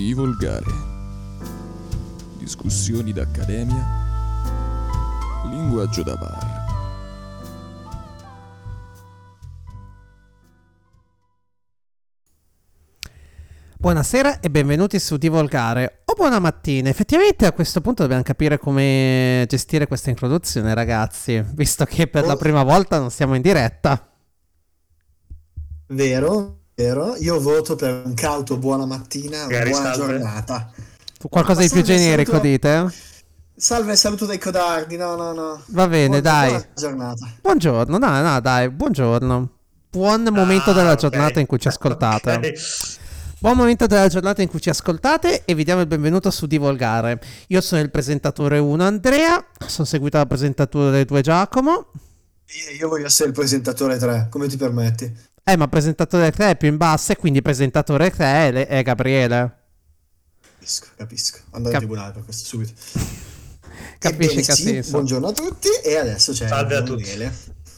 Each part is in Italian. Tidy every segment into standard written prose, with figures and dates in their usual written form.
Divolgare. Discussioni d'accademia. Linguaggio da bar. Buonasera e benvenuti su Divolgare, o buona mattina. Effettivamente a questo punto dobbiamo capire come gestire questa introduzione, ragazzi, visto che per la prima volta non siamo in diretta. Vero. Io voto per un cauto buona mattina, buona giornata. Qualcosa di più generico, saluto, dite? Salve e saluto dai codardi, no. Va bene, dai. Buona giornata. Buongiorno, no, dai, buongiorno. Buon momento della giornata in cui ci ascoltate. Okay. Buon momento della giornata in cui ci ascoltate e vi diamo il benvenuto su Divolgare. Io sono il presentatore 1 Andrea, sono seguito dal presentatore 2 Giacomo. Io voglio essere il presentatore 3, come ti permetti? Ma presentatore 3 è più in basso e quindi presentatore 3 è Gabriele. Capisco. Andare in tribunale per questo subito. Capisci Ebbene, che ha sì, senso. Buongiorno a tutti e adesso c'è Salve a Emanuele.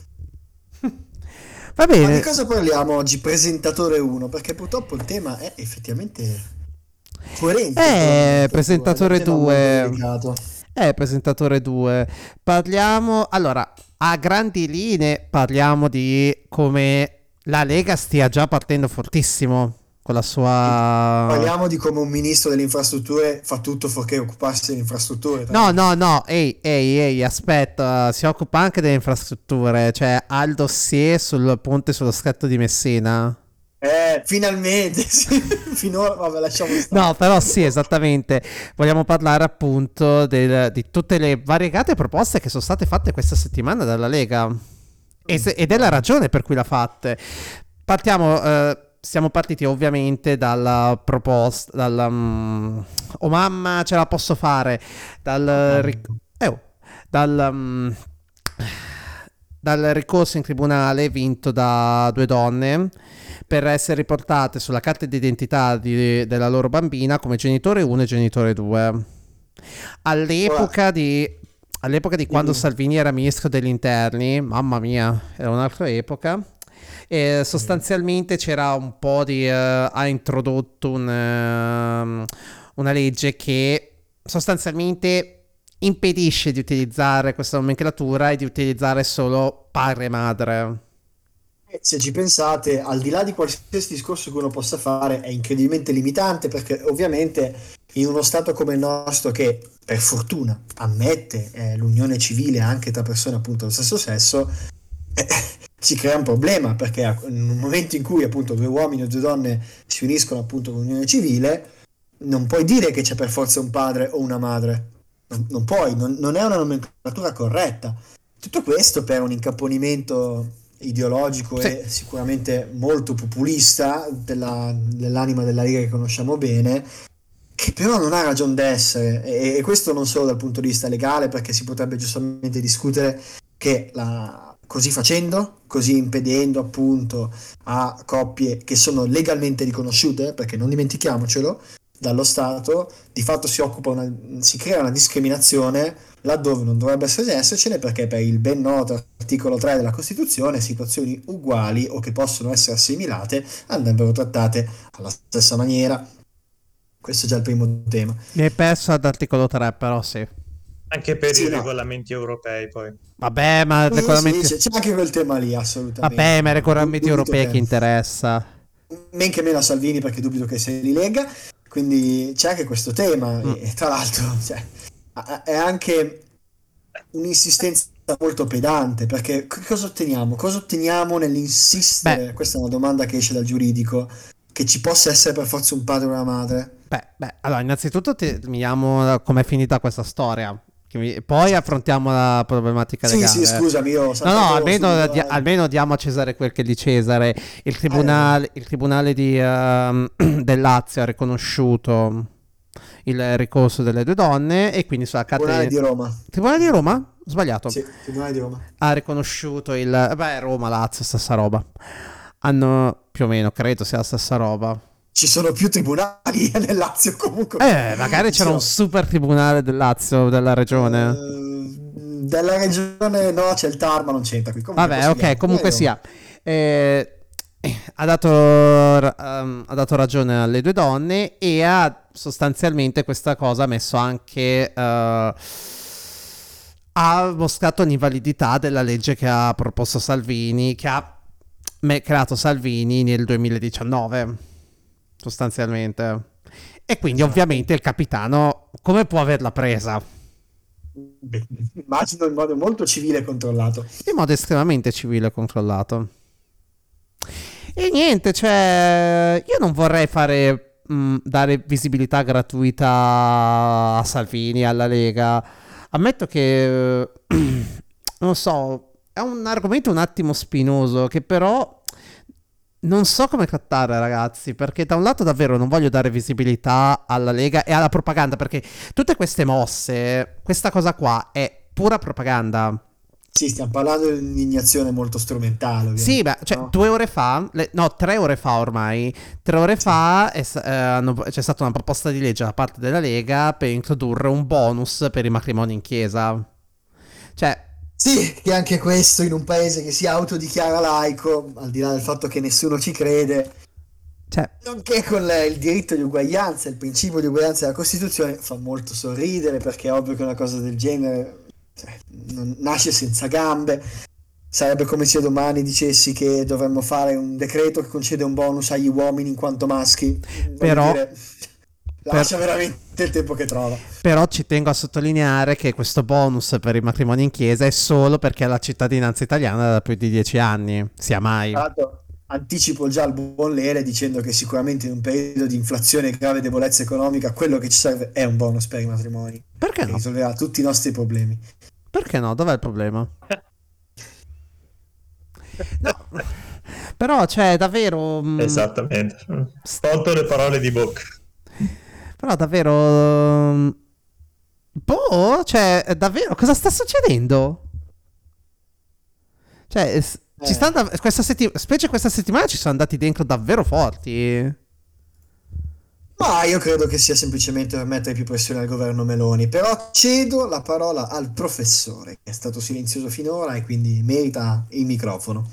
Va Ma bene. di cosa parliamo oggi, presentatore 1? Perché purtroppo il tema è effettivamente coerente. Presentatore 2. Presentatore 2. Parliamo, allora, a grandi linee parliamo di come la Lega stia già partendo fortissimo con la sua... Parliamo di come un ministro delle infrastrutture fa tutto fuorché occuparsi delle infrastrutture. No, ehi, aspetta, si occupa anche delle infrastrutture, cioè ha il dossier sul ponte sullo stretto di Messina. Finalmente, sì. Finora, vabbè, lasciamo stare. No, però sì, esattamente. Vogliamo parlare appunto di tutte le variegate proposte che sono state fatte questa settimana dalla Lega. Ed è la ragione per cui l'ha fatte. Siamo partiti ovviamente dalla proposta, oh mamma, ce la posso fare, dal ricorso in tribunale vinto da due donne per essere riportate sulla carta d'identità della loro bambina come genitore 1 e genitore 2. All'epoca di quando Salvini era ministro degli interni, mamma mia, era un'altra epoca. E sostanzialmente c'era un po' ha introdotto una legge che sostanzialmente impedisce di utilizzare questa nomenclatura e di utilizzare solo padre e madre. Se ci pensate, al di là di qualsiasi discorso che uno possa fare, è incredibilmente limitante, perché ovviamente in uno stato come il nostro, che per fortuna ammette l'unione civile anche tra persone appunto dello stesso sesso, si crea un problema, perché in un momento in cui appunto due uomini o due donne si uniscono appunto con l'unione civile, non puoi dire che c'è per forza un padre o una madre, non puoi, non è una nomenclatura corretta. Tutto questo per un incapponimento ideologico e sicuramente molto populista dell'anima della Lega che conosciamo bene, che però non ha ragion d'essere, e questo non solo dal punto di vista legale, perché si potrebbe giustamente discutere che così facendo, così impedendo appunto a coppie che sono legalmente riconosciute, perché non dimentichiamocelo, dallo Stato, di fatto si crea una discriminazione laddove non dovrebbe essercene, perché per il ben noto articolo 3 della Costituzione situazioni uguali o che possono essere assimilate andrebbero trattate alla stessa maniera. Questo è già il primo tema. Mi hai perso ad articolo 3, però sì. Anche per i regolamenti europei, poi. Vabbè, ma regolamenti... c'è anche quel tema lì, assolutamente. Vabbè, ma i regolamenti europei che interessa? Men che meno a Salvini, perché dubito che sia di Lega, quindi c'è anche questo tema. E tra l'altro è anche un'insistenza molto pedante, perché cosa otteniamo? Cosa otteniamo nell'insistere? Questa è una domanda che esce dal giuridico, che ci possa essere per forza un padre o una madre. Allora, innanzitutto terminiamo com'è finita questa storia. Poi affrontiamo la problematica legale. Sì, scusami, io almeno diamo a Cesare quel che è di Cesare. Il tribunale del Lazio ha riconosciuto il ricorso delle due donne e quindi sulla carta Tribunale di Roma? Sbagliato. Sì, Tribunale di Roma. Ha riconosciuto Roma, Lazio, stessa roba. Hanno più o meno, credo sia la stessa roba. Ci sono più tribunali nel Lazio comunque. Magari c'era un super tribunale del Lazio, della regione. Della regione no, c'è il TAR, ma non c'entra qui. Vabbè, ok, comunque sia. Ha dato ragione alle due donne e ha sostanzialmente questa cosa ha messo anche ha mostrato l'invalidità della legge che ha proposto Salvini, che ha creato Salvini nel 2019 sostanzialmente, e quindi Esatto. ovviamente il capitano come può averla presa? Beh, immagino in modo molto civile e controllato. In modo estremamente civile e controllato. E niente, cioè, io non vorrei dare visibilità gratuita a Salvini, alla Lega. Ammetto che, non so, è un argomento un attimo spinoso, che però non so come trattare, ragazzi, perché da un lato davvero non voglio dare visibilità alla Lega e alla propaganda, perché tutte queste mosse, questa cosa qua è pura propaganda. Sì, stiamo parlando di un'indignazione molto strumentale, Sì, ovviamente, beh, cioè no? 2 ore fa, no, 3 ore fa ormai, 3 ore Sì. fa c'è stata una proposta di legge da parte della Lega per introdurre un bonus per i matrimoni in chiesa. Cioè, Sì, che anche questo in un paese che si autodichiara laico, al di là del fatto che nessuno ci crede, cioè, nonché con il diritto di uguaglianza, il principio di uguaglianza della Costituzione, fa molto sorridere perché è ovvio che una cosa del genere nasce senza gambe. Sarebbe come se domani dicessi che dovremmo fare un decreto che concede un bonus agli uomini in quanto maschi. Voglio però, dire, per- lascia veramente il tempo che trova. però ci tengo a sottolineare che questo bonus per i matrimoni in chiesa è solo perché ha la cittadinanza italiana da più di 10 anni, sia mai. Tra l'altro, anticipo già il buon Lele dicendo che sicuramente in un periodo di inflazione e grave debolezza economica quello che ci serve è un bonus per i matrimoni, Perché che no? risolverà tutti i nostri problemi. Perché no? Dov'è il problema? No, però, cioè, davvero... Esattamente. st- Tolto le parole di bocca. Però davvero... boh, cioè, davvero, cosa sta succedendo? Cioè, ci Eh, stanno, specie questa settimana ci sono andati dentro davvero forti. ma io credo che sia semplicemente per mettere più pressione al governo Meloni, però cedo la parola al professore, che è stato silenzioso finora e quindi merita il microfono.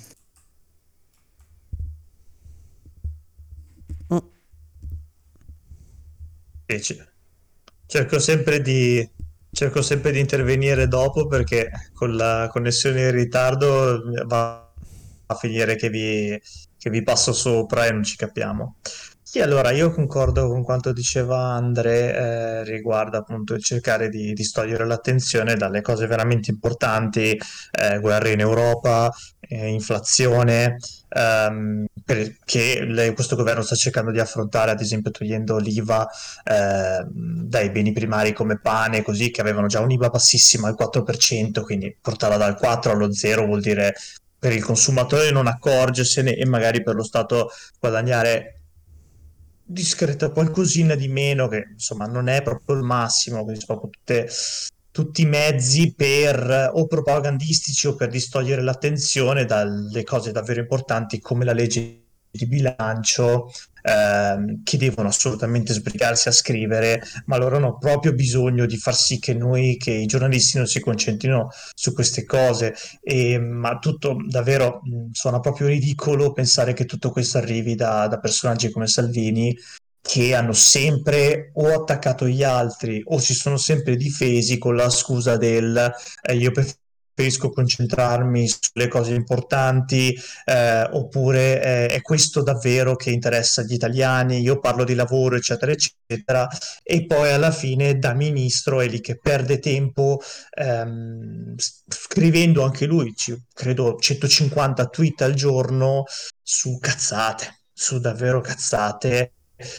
Mm. E cerco sempre di, cerco sempre di intervenire dopo perché con la connessione in ritardo va a finire che vi passo sopra e non ci capiamo. Sì, allora io concordo con quanto diceva Andre riguardo appunto il cercare di distogliere l'attenzione dalle cose veramente importanti, guerre in Europa, inflazione, questo governo sta cercando di affrontare, ad esempio togliendo l'IVA dai beni primari come pane, così che avevano già un'IVA bassissima al 4%, quindi portarla dal 4 allo 0 vuol dire per il consumatore non accorgersene e magari per lo Stato guadagnare discreta qualcosina di meno, che insomma non è proprio il massimo, quindi sono proprio tutti i mezzi per o propagandistici o per distogliere l'attenzione dalle cose davvero importanti come la legge di bilancio, che devono assolutamente sbrigarsi a scrivere, ma loro hanno proprio bisogno di far sì che noi, che i giornalisti non si concentrino su queste cose. Ma tutto davvero suona proprio ridicolo pensare che tutto questo arrivi da personaggi come Salvini che hanno sempre o attaccato gli altri o si sono sempre difesi con la scusa del io preferisco concentrarmi sulle cose importanti, oppure è questo davvero che interessa agli italiani, io parlo di lavoro, eccetera, eccetera, e poi alla fine da ministro è lì che perde tempo scrivendo anche lui, credo 150 tweet al giorno su cazzate, su davvero cazzate.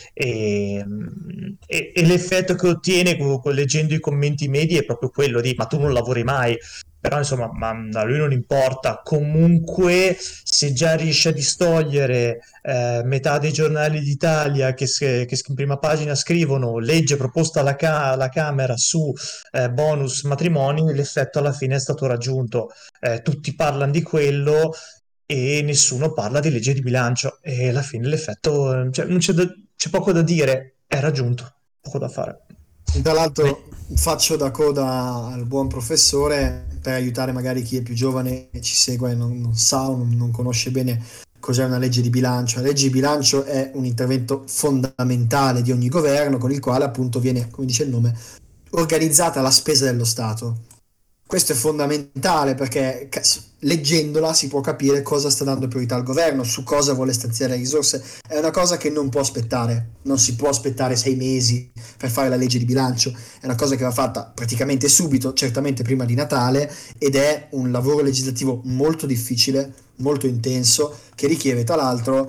E l'effetto che ottiene leggendo i commenti medi è proprio quello di ma tu non lavori mai, però insomma ma a lui non importa, comunque se già riesce a distogliere metà dei giornali d'Italia che in prima pagina scrivono legge proposta alla Camera su bonus matrimoni, l'effetto alla fine è stato raggiunto. Tutti parlano di quello e nessuno parla di legge di bilancio e alla fine l'effetto, cioè, non c'è poco da dire, è raggiunto, poco da fare. Tra Beh, l'altro faccio da coda al buon professore per aiutare magari chi è più giovane e ci segue e non sa o non conosce bene cos'è una legge di bilancio. La legge di bilancio è un intervento fondamentale di ogni governo con il quale appunto viene, come dice il nome, organizzata la spesa dello Stato. Questo è fondamentale perché leggendola si può capire cosa sta dando priorità al governo, su cosa vuole stanziare risorse. È una cosa che non può aspettare, non si può aspettare 6 mesi per fare la legge di bilancio, è una cosa che va fatta praticamente subito, certamente prima di Natale, ed è un lavoro legislativo molto difficile, molto intenso, che richiede tra l'altro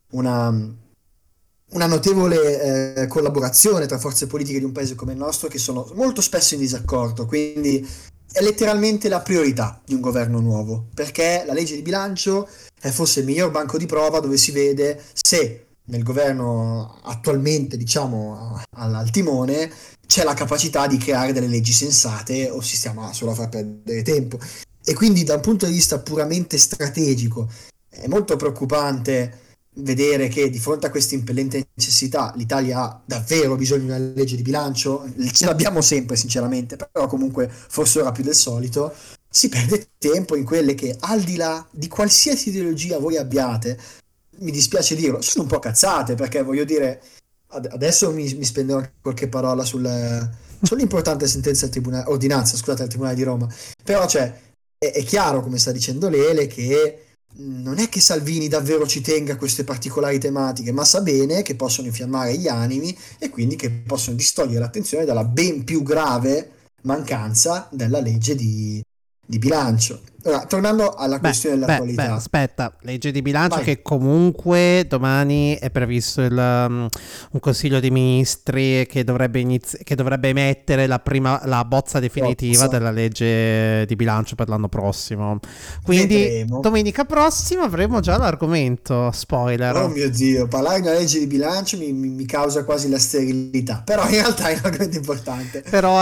una notevole collaborazione tra forze politiche di un paese come il nostro che sono molto spesso in disaccordo, quindi è letteralmente la priorità di un governo nuovo, perché la legge di bilancio è forse il miglior banco di prova dove si vede se nel governo attualmente, diciamo, al timone c'è la capacità di creare delle leggi sensate o si stiamo solo a far perdere tempo. E quindi da un punto di vista puramente strategico è molto preoccupante vedere che di fronte a questa impellente necessità l'Italia ha davvero bisogno di una legge di bilancio, ce l'abbiamo sempre sinceramente, però comunque forse ora più del solito, si perde tempo in quelle che al di là di qualsiasi ideologia voi abbiate, mi dispiace dirlo, sono un po' cazzate, perché voglio dire, adesso mi spenderò qualche parola sull'importante sentenza ordinanza, scusate, al Tribunale di Roma, però cioè è chiaro, come sta dicendo Lele, che non è che Salvini davvero ci tenga a queste particolari tematiche, ma sa bene che possono infiammare gli animi e quindi che possono distogliere l'attenzione dalla ben più grave mancanza della legge di bilancio. Ora, tornando alla questione dell'attualità. Aspetta, legge di bilancio. Vai. Che comunque domani è previsto un consiglio dei ministri che dovrebbe emettere la bozza definitiva della legge di bilancio per l'anno prossimo. Quindi vedremo. Domenica prossima avremo già l'argomento, spoiler. Oh mio Dio, parlare di una legge di bilancio mi causa quasi la sterilità, però in realtà è un argomento importante. Però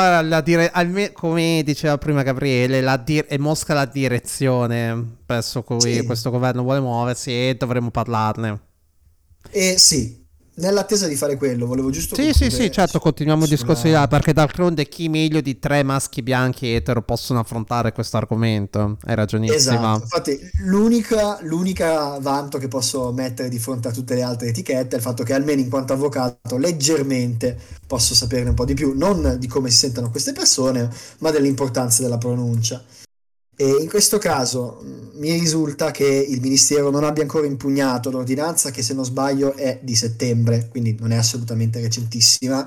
come diceva prima Gabriele, è Mosca la direzione verso cui questo governo vuole muoversi e dovremo parlarne. E sì, nell'attesa di fare quello, volevo giusto Sì, certo, continuiamo il discorso di là, perché d'altronde chi meglio di 3 maschi bianchi etero possono affrontare questo argomento? Hai ragionissima. Esatto, infatti l'unica vanto che posso mettere di fronte a tutte le altre etichette è il fatto che almeno in quanto avvocato leggermente posso saperne un po' di più, non di come si sentono queste persone, ma dell'importanza della pronuncia. E in questo caso mi risulta che il Ministero non abbia ancora impugnato l'ordinanza, che se non sbaglio è di settembre, quindi non è assolutamente recentissima,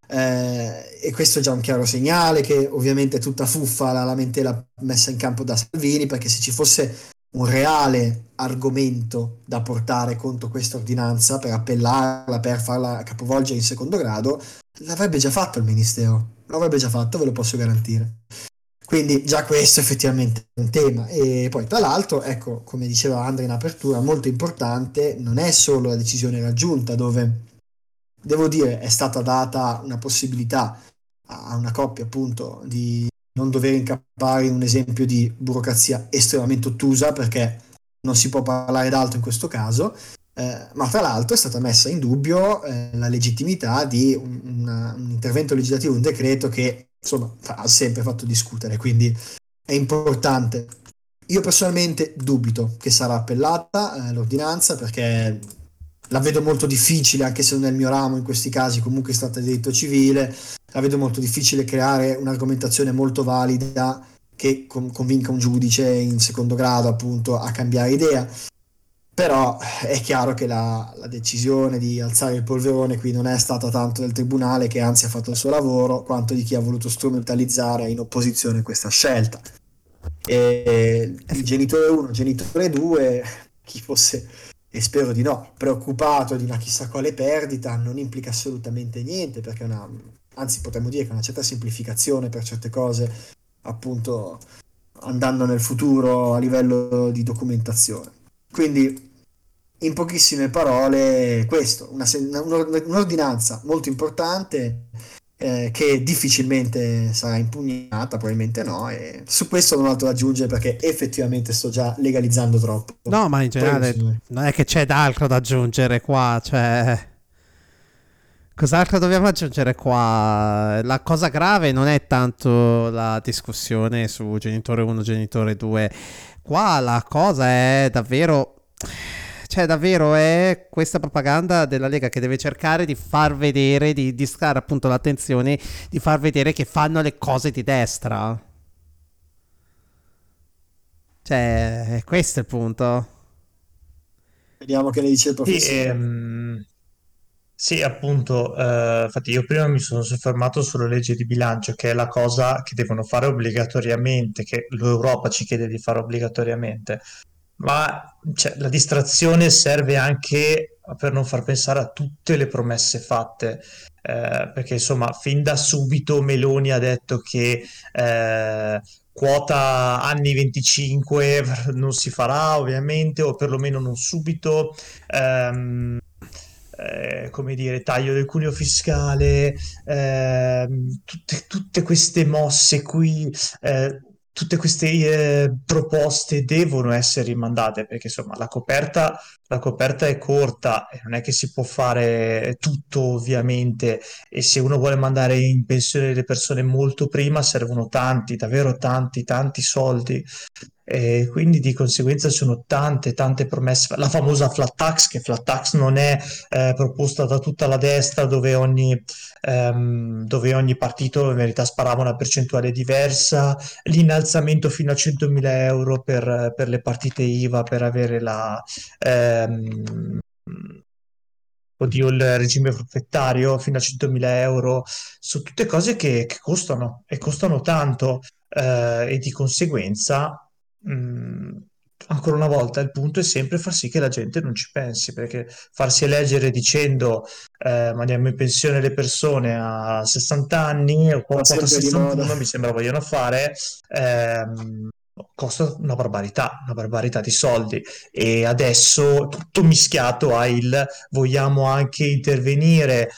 e questo è già un chiaro segnale che ovviamente è tutta fuffa la lamentela messa in campo da Salvini, perché se ci fosse un reale argomento da portare contro questa ordinanza per appellarla, per farla capovolgere in secondo grado, l'avrebbe già fatto il Ministero, l'avrebbe già fatto, ve lo posso garantire. Quindi già questo effettivamente è un tema. E poi tra l'altro, ecco, come diceva Andrea in apertura, molto importante non è solo la decisione raggiunta, dove devo dire è stata data una possibilità a una coppia appunto di non dover incappare in un esempio di burocrazia estremamente ottusa, perché non si può parlare d'altro in questo caso, ma tra l'altro è stata messa in dubbio la legittimità di un intervento legislativo, un decreto che insomma ha sempre fatto discutere, quindi è importante. Io personalmente dubito che sarà appellata l'ordinanza, perché la vedo molto difficile, anche se non è il mio ramo in questi casi, comunque si tratta di diritto civile, la vedo molto difficile creare un'argomentazione molto valida che convinca un giudice in secondo grado appunto a cambiare idea. Però è chiaro che la decisione di alzare il polverone qui non è stata tanto del tribunale, che anzi ha fatto il suo lavoro, quanto di chi ha voluto strumentalizzare in opposizione questa scelta. E il genitore 1, genitore 2, chi fosse, e spero di no, preoccupato di una chissà quale perdita, non implica assolutamente niente, perché anzi potremmo dire che è una certa semplificazione per certe cose, appunto andando nel futuro a livello di documentazione. Quindi in pochissime parole questo, un'ordinanza molto importante che difficilmente sarà impugnata, probabilmente no, e su questo non ho altro da aggiungere, perché effettivamente sto già legalizzando troppo. No, ma in generale non è che c'è d'altro da aggiungere qua, cioè cos'altro dobbiamo aggiungere qua? La cosa grave non è tanto la discussione su genitore 1, genitore 2, qua la cosa è davvero, cioè cioè davvero è questa propaganda della Lega che deve cercare di far vedere, di distrarre appunto l'attenzione, di far vedere che fanno le cose di destra. Cioè, questo è il punto. Vediamo che ne dice il Sì, professore. sì, appunto, infatti io prima mi sono soffermato sulla legge di bilancio, che è la cosa che devono fare obbligatoriamente, che l'Europa ci chiede di fare obbligatoriamente, ma cioè, la distrazione serve anche per non far pensare a tutte le promesse fatte, perché insomma, fin da subito Meloni ha detto che quota anni 25 non si farà ovviamente, o perlomeno non subito. ehm, come dire, taglio del cuneo fiscale, tutte queste mosse qui, tutte queste proposte devono essere rimandate perché insomma la coperta è corta e non è che si può fare tutto ovviamente, e se uno vuole mandare in pensione le persone molto prima servono tanti, davvero tanti, tanti soldi. E quindi di conseguenza ci sono tante promesse. La famosa flat tax, che flat tax non è proposta da tutta la destra, dove ogni partito in verità sparava una percentuale diversa, l'innalzamento fino a 100.000 euro per le partite IVA per avere ehm, oddio, il regime forfettario fino a 100.000 euro, sono tutte cose che costano e costano tanto, e di conseguenza, mh, ancora una volta, il punto è sempre far sì che la gente non ci pensi, perché farsi eleggere dicendo mandiamo in pensione le persone a 60 anni o Va quota sempre di moda. 61, mi sembra vogliono fare, costa una barbarità di soldi, e adesso tutto mischiato a il vogliamo anche intervenire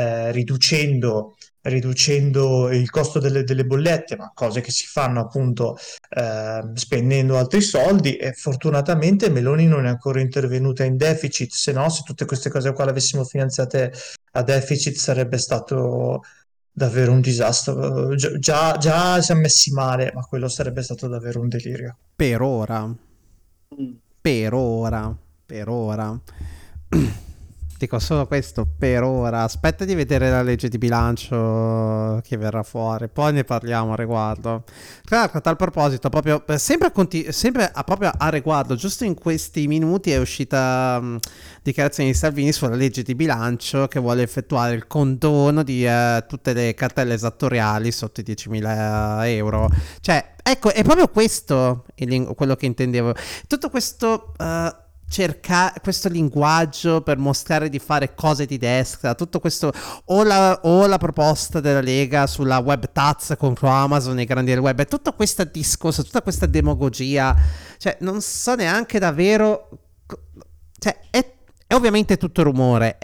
riducendo il costo delle bollette, ma cose che si fanno appunto spendendo altri soldi, e fortunatamente Meloni non è ancora intervenuta in deficit, se no, se tutte queste cose qua le avessimo finanziate a deficit sarebbe stato davvero un disastro. Già siamo messi male, ma quello sarebbe stato davvero un delirio. Per ora. Mm. Per ora. Per ora. Dico solo questo per ora. Aspetta di vedere la legge di bilancio che verrà fuori, poi ne parliamo a riguardo. Tra a tal proposito, proprio sempre proprio a riguardo, giusto in questi minuti è uscita dichiarazione di Salvini sulla legge di bilancio che vuole effettuare il condono di tutte le cartelle esattoriali sotto i 10.000 euro. Cioè, ecco, è proprio questo quello che intendevo. Tutto questo cercare questo linguaggio per mostrare di fare cose di destra, tutto questo, o la proposta della Lega sulla web tax contro Amazon e i grandi del web, è tutto questo discorso, tutta questa demagogia, cioè non so neanche davvero, cioè è ovviamente tutto rumore,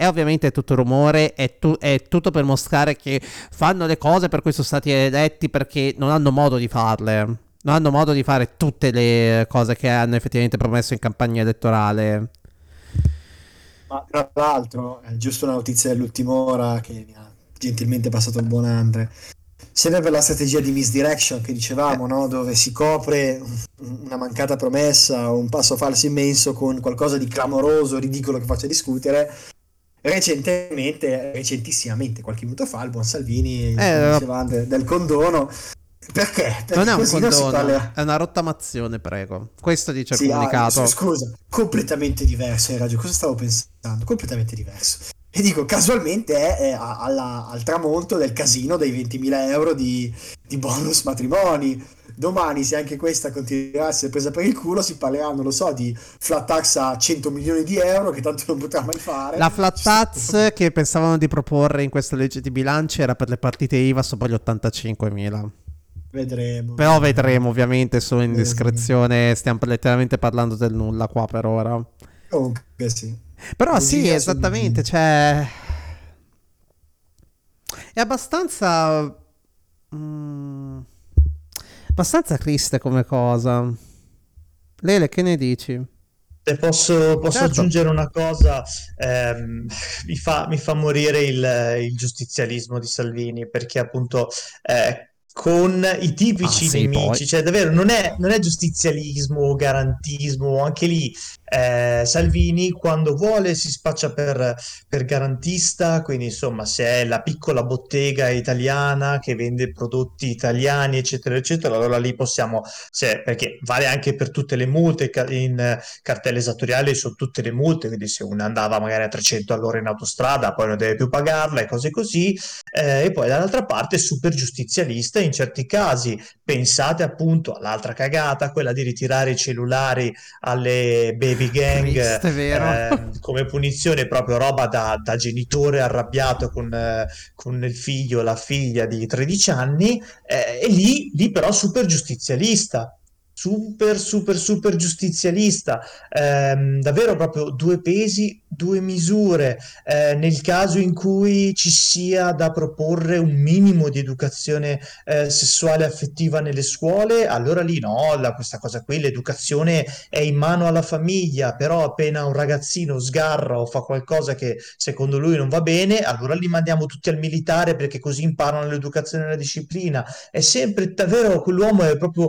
è tutto per mostrare che fanno le cose per cui sono stati eletti, perché non hanno modo di farle. Non hanno modo di fare tutte le cose che hanno effettivamente promesso in campagna elettorale. Ma tra l'altro, è giusto una notizia dell'ultima ora che mi ha gentilmente passato il buon Andre. Sempre per la strategia di misdirection che Eh, dicevamo, no? Dove si copre una mancata promessa o un passo falso immenso con qualcosa di clamoroso, ridicolo che faccia discutere. Recentissimamente, qualche minuto fa, il buon Salvini, come eh, diceva Andre, del condono. Perché? non Perché è un così non si condono, parla. è una rottamazione, prego. Questo dice il Sì, comunicato. scusa, completamente diverso, hai ragione. Cosa stavo pensando? Completamente diverso. E dico, casualmente è al tramonto del casino dei 20.000 euro di bonus matrimoni. Domani, se anche questa continuerà a essere presa per il culo, si parlerà, non lo so, di flat tax a 100 milioni di euro, che tanto non potrà mai fare. La flat tax che pensavano di proporre in questa legge di bilancio era per le partite IVA sopra gli 85.000. Vedremo, Però vedremo, vedremo, ovviamente, solo in vedremo. discrezione. Stiamo letteralmente parlando del nulla qua per ora. Comunque sì, Però sì, bugia su esattamente, bugia. cioè è abbastanza mm, abbastanza triste come cosa. Lele, che ne dici? Se posso Certo. aggiungere una cosa, mi fa morire il giustizialismo di Salvini, perché appunto con i Ah tipici sì, poi. nemici, cioè davvero non è giustizialismo o garantismo, anche lì Salvini quando vuole si spaccia per garantista, quindi insomma se è la piccola bottega italiana che vende prodotti italiani eccetera eccetera, allora lì possiamo, perché vale anche per tutte le multe in cartelle esattoriali, su tutte le multe, quindi se uno andava magari a 300 all'ora in autostrada poi non deve più pagarla e cose così, e poi dall'altra parte super giustizialista in certi casi. Pensate appunto all'altra cagata, quella di ritirare i cellulari alle baby gang, Cristo, è vero. come punizione, proprio roba da genitore arrabbiato con il figlio o la figlia di 13 anni, e lì però super giustizialista. Super, super, super giustizialista, davvero proprio due pesi, due misure. Nel caso in cui ci sia da proporre un minimo di educazione sessuale e affettiva nelle scuole, allora lì no, questa cosa qui, l'educazione è in mano alla famiglia, però appena un ragazzino sgarra o fa qualcosa che secondo lui non va bene, allora li mandiamo tutti al militare perché così imparano l'educazione e la disciplina. È sempre, davvero, quell'uomo è proprio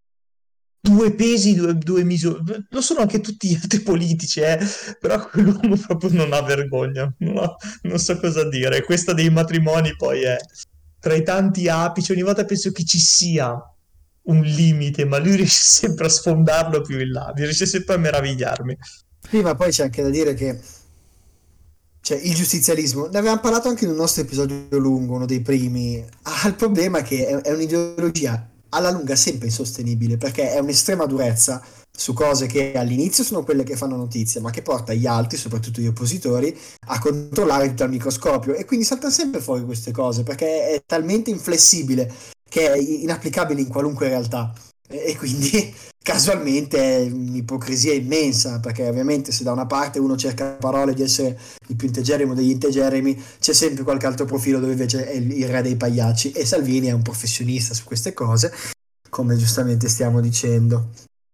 due pesi, due misure. Lo sono anche tutti gli altri politici, però quell'uomo proprio non ha vergogna, non so cosa dire. Questa dei matrimoni poi è tra i tanti apici, ogni volta penso che ci sia un limite, ma lui riesce sempre a sfondarlo più in là, riesce sempre a meravigliarmi. Sì, ma poi c'è anche da dire che cioè, il giustizialismo, ne avevamo parlato anche in un nostro episodio lungo, uno dei primi, ha il problema che è un'ideologia alla lunga sempre insostenibile, perché è un'estrema durezza su cose che all'inizio sono quelle che fanno notizia, ma che porta gli altri, soprattutto gli oppositori, a controllare tutto al microscopio, e quindi saltano sempre fuori queste cose, perché è talmente inflessibile che è inapplicabile in qualunque realtà, e quindi casualmente è un'ipocrisia immensa, perché ovviamente se da una parte uno cerca parole di essere il più integerrimo degli integerrimi, c'è sempre qualche altro profilo dove invece è il re dei pagliacci, e Salvini è un professionista su queste cose, come giustamente stiamo dicendo.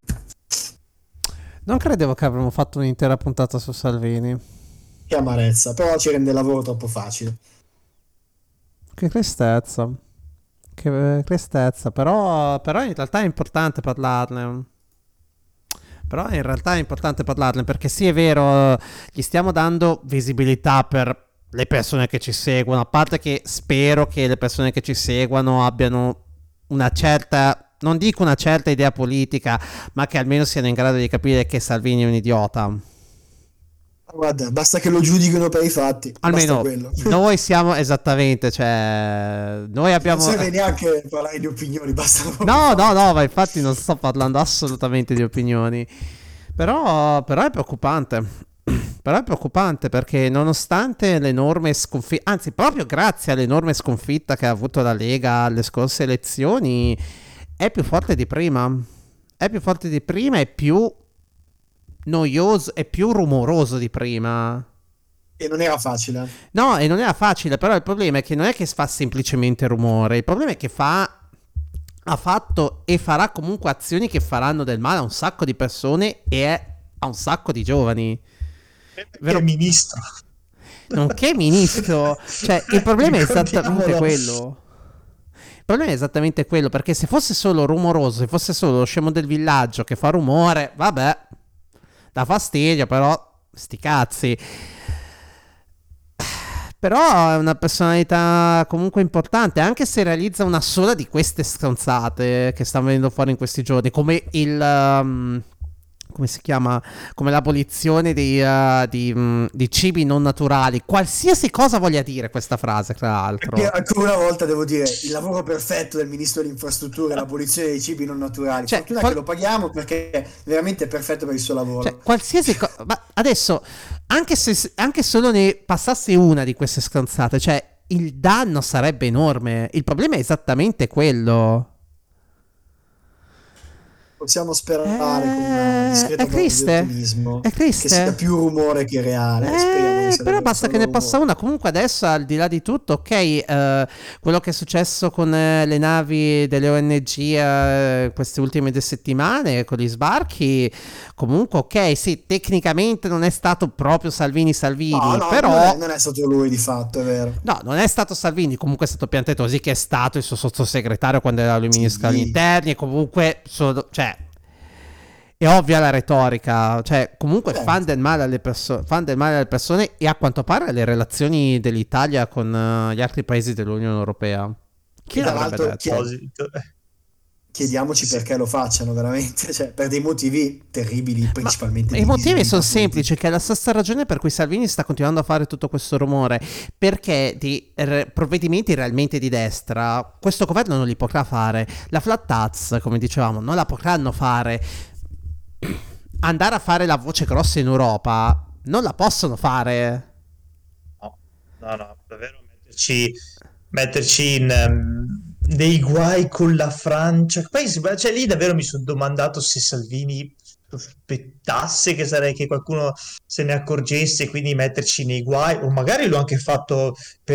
Non credevo che avremmo fatto un'intera puntata su Salvini. Che amarezza, però ci rende il lavoro troppo facile. Che tristezza. Che tristezza. Però in realtà è importante parlarne. Però in realtà è importante parlarne perché sì, è vero, gli stiamo dando visibilità per le persone che ci seguono. A parte che spero che le persone che ci seguono abbiano una certa, non dico una certa idea politica, ma che almeno siano in grado di capire che Salvini è un idiota. Guarda, basta che lo giudichino per i fatti. Almeno basta quello. noi siamo esattamente, cioè noi abbiamo... Non serve neanche parlare di opinioni, basta. No, ma infatti non sto parlando assolutamente di opinioni. Però è preoccupante. Però è preoccupante perché nonostante l'enorme sconfitta, anzi proprio grazie all'enorme sconfitta che ha avuto la Lega alle scorse elezioni, è più forte di prima. È più forte di prima, è più noioso, è più rumoroso di prima. E non era facile. No, e non era facile, però il problema è che non è che fa semplicemente rumore, il problema è che ha fatto e farà comunque azioni che faranno del male a un sacco di persone e a un sacco di giovani. Vero ministro. Nonché ministro. Cioè, il problema è esattamente quello. Il problema è esattamente quello, perché se fosse solo rumoroso, se fosse solo lo scemo del villaggio che fa rumore, vabbè, dà fastidio, però sti cazzi. Però è una personalità comunque importante, anche se realizza una sola di queste stronzate che stanno venendo fuori in questi giorni, come come si chiama? Come l'abolizione di cibi non naturali. Qualsiasi cosa voglia dire questa frase, tra l'altro. Perché ancora una volta devo dire, il lavoro perfetto del ministro delle infrastrutture è l'abolizione dei cibi non naturali. Cioè, Fortuna che lo paghiamo perché è veramente perfetto per il suo lavoro. Cioè, qualsiasi cosa... Ma adesso, anche solo ne passasse una di queste stronzate, cioè, il danno sarebbe enorme. Il problema è esattamente quello. Possiamo sperare con una discreta dose di ottimismo che sia più rumore che reale. Però basta che ne passa una. Comunque adesso, al di là di tutto, ok, quello che è successo con le navi delle ONG queste ultime 2 settimane con gli sbarchi, comunque ok, sì, tecnicamente non è stato proprio Salvini, no, però non è stato lui di fatto, è vero. No, non è stato Salvini, comunque è stato Piantedosi che è stato il suo sottosegretario quando era lui ministro degli interni, e comunque cioè È ovvia la retorica, cioè comunque Certo. fan del male alle persone e a quanto pare alle relazioni dell'Italia con gli altri paesi dell'Unione Europea. Chi E tra l'avrebbe l'altro detto? Proposito. chiediamoci Sì. perché lo facciano veramente, cioè per dei motivi terribili, principalmente I di motivi sono visibilità politica. semplici, che è la stessa ragione per cui Salvini sta continuando a fare tutto questo rumore, perché di provvedimenti realmente di destra questo governo non li potrà fare. La flat tax, come dicevamo, non la potranno fare. Andare a fare la voce grossa in Europa non la possono fare. No, davvero metterci in dei guai con la Francia. Poi, cioè, lì davvero mi sono domandato se Salvini sospettasse che qualcuno se ne accorgesse e quindi metterci nei guai, o magari l'ho anche fatto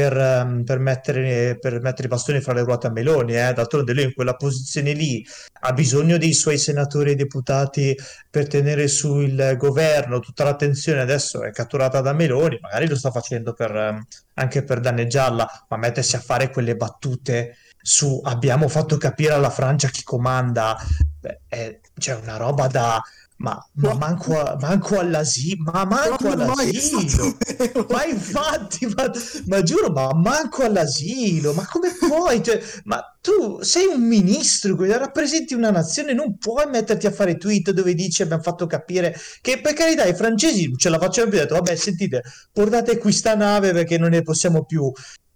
per mettere i bastoni fra le ruote a Meloni, eh. D'altronde lui in quella posizione lì ha bisogno dei suoi senatori e deputati per tenere su il governo, tutta l'attenzione adesso è catturata da Meloni, magari lo sta facendo anche per danneggiarla, ma mettersi a fare quelle battute su abbiamo fatto capire alla Francia chi comanda, è cioè una roba da... Ma No, manco all'asilo, ma manco quando mai è all'asilo, stato vero? ma infatti, ma giuro, ma manco all'asilo, ma come puoi? Cioè, ma tu sei un ministro, rappresenti una nazione, non puoi metterti a fare tweet dove dici abbiamo fatto capire che, per carità, i francesi ce la facevano più, ho detto, vabbè, sentite, portate qui sta nave perché non ne possiamo più.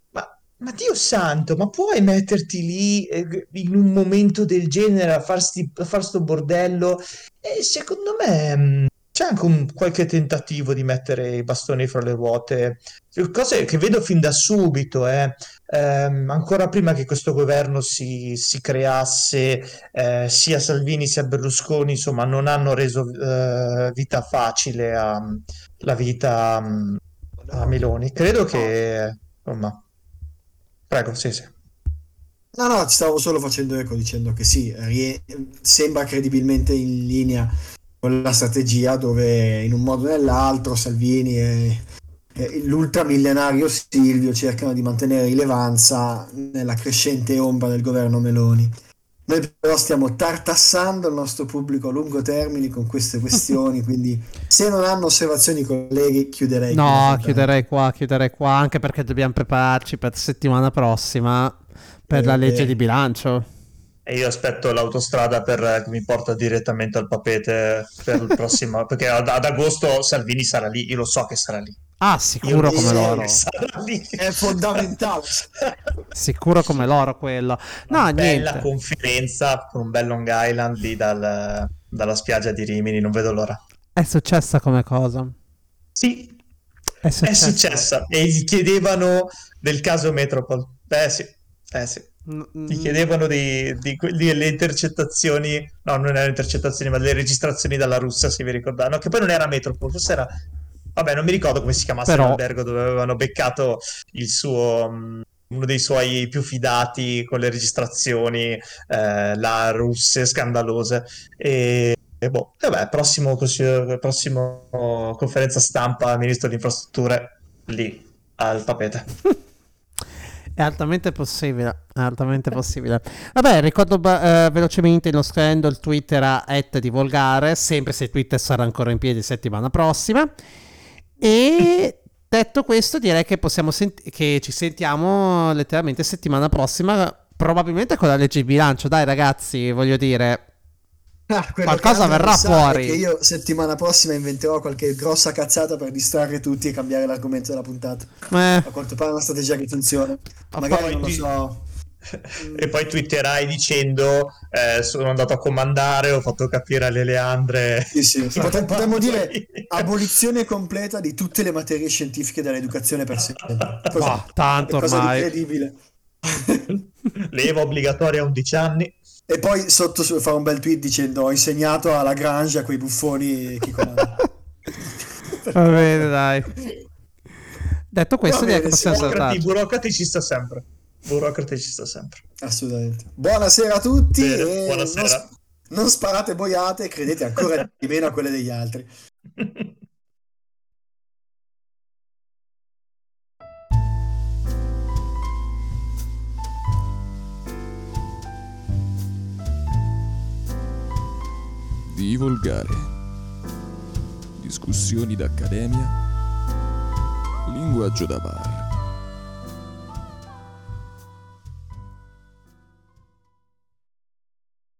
Ma Dio santo, ma puoi metterti lì in un momento del genere a far sto bordello? E secondo me c'è anche qualche tentativo di mettere i bastoni fra le ruote, cose che vedo fin da subito, ancora prima che questo governo si creasse, sia Salvini sia Berlusconi, insomma, non hanno reso vita facile la vita a No, Meloni. Credo no. che, insomma, prego, sì, sì. No, no, ti stavo solo facendo eco dicendo che sì, sembra credibilmente in linea con la strategia dove in un modo o nell'altro Salvini e l'ultramillenario Silvio cercano di mantenere rilevanza nella crescente ombra del governo Meloni. Noi però stiamo tartassando il nostro pubblico a lungo termine con queste questioni, quindi se non hanno osservazioni colleghi chiuderei qui la No, puntata. chiuderei qua, anche perché dobbiamo prepararci per settimana prossima per la legge di Eh, bilancio. E io aspetto l'autostrada che mi porta direttamente al Papete per il prossimo, perché ad agosto Salvini sarà lì, io lo so che sarà lì. Ah, Io sicuro lo come so che loro. sarà lì. è fondamentale. Sicuro come loro quello. Una No, bella niente. conferenza con un bel Long Island lì dalla spiaggia di Rimini, non vedo l'ora. È successa come cosa. Sì, È è successa. successa e gli chiedevano del caso Metropol. Sì, sì. Mm, Gli mm, chiedevano delle intercettazioni, no, non erano intercettazioni, ma delle registrazioni dalla Russia, se vi ricordate. No, che poi non era Metropol, forse era... Vabbè, non mi ricordo come si chiamasse Però, l'albergo dove avevano beccato uno dei suoi più fidati con le registrazioni, là, russe, scandalose. E boh, vabbè, prossimo conferenza stampa, ministro delle infrastrutture, lì, al tappeto. è altamente possibile. È altamente possibile. Vabbè, ricordo velocemente il nostro handle Twitter a @divolgare, sempre se Twitter sarà ancora in piedi settimana prossima. E detto questo, direi che che ci sentiamo letteralmente settimana prossima, probabilmente con la legge di bilancio. Dai, ragazzi, voglio dire, Quello che qualcosa Andre non verrà sa è che fuori. io settimana prossima inventerò qualche grossa cazzata per distrarre tutti e cambiare l'argomento della puntata. Eh, A quanto pare è una strategia che funziona. ma Magari Poi non lo twi- so. e Mm, poi twitterai dicendo sono andato a comandare, ho fatto capire alle Leandre. sì, sì. Potremmo dire Poi- abolizione completa di tutte le materie scientifiche dell'educazione per sempre. Così. bah, tanto Qualcosa di ormai. credibile. Leva obbligatoria a 11 anni. E poi sotto fare un bel tweet dicendo ho insegnato alla Grange a quei buffoni chi comanda. Va bene, dai. Detto Va questo, direi che bene, possiamo signori. salutarci. Burocrati ci sta sempre. Burocrati ci sta sempre. Assolutamente. Buonasera a tutti Bene, e buonasera. non sparate boiate, credete ancora di meno a quelle degli altri. Di volgare. Discussioni d'accademia. Linguaggio da bar.